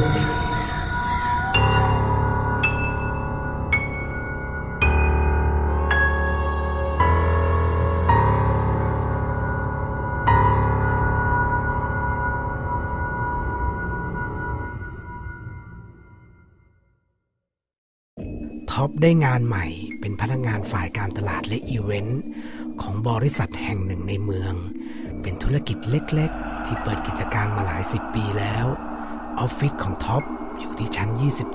ลิฟต์ท็อปได้งานใหม่เป็นพนักงานฝ่ายการตลาดและอีเวนต์ของบริษัทแห่งหนึ่งในเมืองเป็นธุรกิจเล็กๆที่เปิดกิจการมาหลาย10 ปีแล้วออฟฟิศของท็อปอยู่ที่ชั้น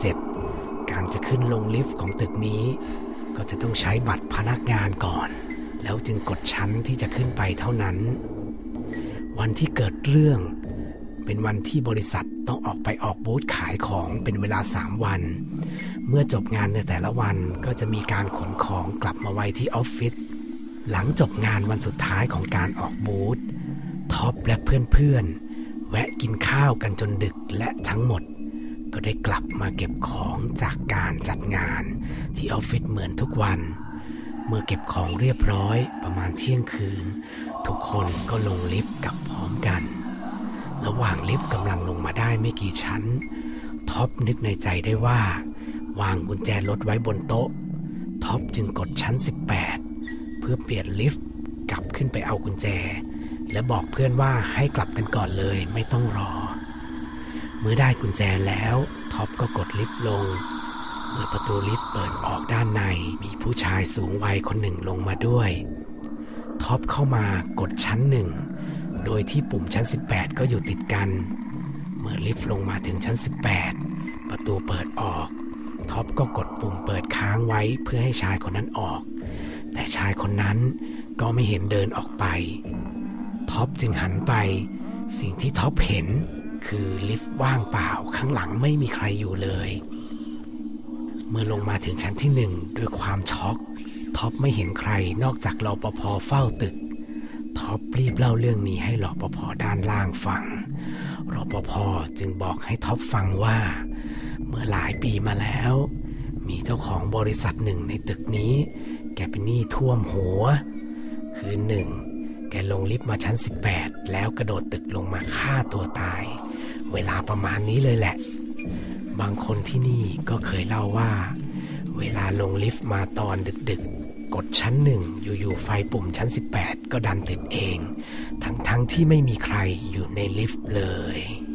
27การจะขึ้นลงลิฟต์ของตึกนี้ก็จะต้องใช้บัตรพนักงานก่อนแล้วจึงกดชั้นที่จะขึ้นไปเท่านั้นวันที่เกิดเรื่องเป็นวันที่บริษัทต้องออกบูธขายของเป็นเวลา3 วันเมื่อจบงานในแต่ละวันก็จะมีการขนของกลับมาไว้ที่ออฟฟิศหลังจบงานวันสุดท้ายของการออกบูธท็อปและเพื่อนๆแวะกินข้าวกันจนดึกและทั้งหมดก็ได้กลับมาเก็บของจากการจัดงานที่ออฟฟิศเหมือนทุกวันเมื่อเก็บของเรียบร้อยประมาณเที่ยงคืนทุกคนก็ลงลิฟต์กลับพร้อมกันระหว่างลิฟต์กำลังลงมาได้ไม่กี่ชั้นท็อปนึกในใจได้ว่าวางกุญแจรถไว้บนโต๊ะท็อปจึงกดชั้น18เพื่อเปลี่ยนลิฟต์กลับขึ้นไปเอากุญแจและบอกเพื่อนว่าให้กลับกันก่อนเลยไม่ต้องรอเมื่อได้กุญแจแล้วท็อปก็กดลิฟต์ลงเมื่อประตูลิฟต์เปิดออกด้านในมีผู้ชายสูงวัยคนหนึ่งลงมาด้วยท็อปเข้ามากดชั้น1โดยที่ปุ่มชั้น18ก็อยู่ติดกันเมื่อลิฟต์ลงมาถึงชั้น18ประตูเปิดออกท็อปก็กดปุ่มเปิดค้างไว้เพื่อให้ชายคนนั้นออกแต่ชายคนนั้นก็ไม่เห็นเดินออกไปท็อปจึงหันไปสิ่งที่ท็อปเห็นคือลิฟต์ว่างเปล่าข้างหลังไม่มีใครอยู่เลยเมื่อลงมาถึงชั้นที่1ด้วยความช็อกท็อปไม่เห็นใครนอกจากรปภ.เฝ้าตึกท็อปรีบเล่าเรื่องนี้ให้รปภ.ด้านล่างฟังรปภ.จึงบอกให้ท็อปฟังว่าเมื่อหลายปีมาแล้วมีเจ้าของบริษัทหนึ่งในตึกนี้แกเป็นหนี้ท่วมหัวคืนหนึ่งแกลงลิฟต์มาชั้น18แล้วกระโดดตึกลงมาฆ่าตัวตายเวลาประมาณนี้เลยแหละบางคนที่นี่ก็เคยเล่าว่าเวลาลงลิฟต์มาตอนดึกๆกดชั้น1อยู่ๆไฟปุ่มชั้น18ก็ดันติดเองทั้งที่ไม่มีใครอยู่ในลิฟต์เลย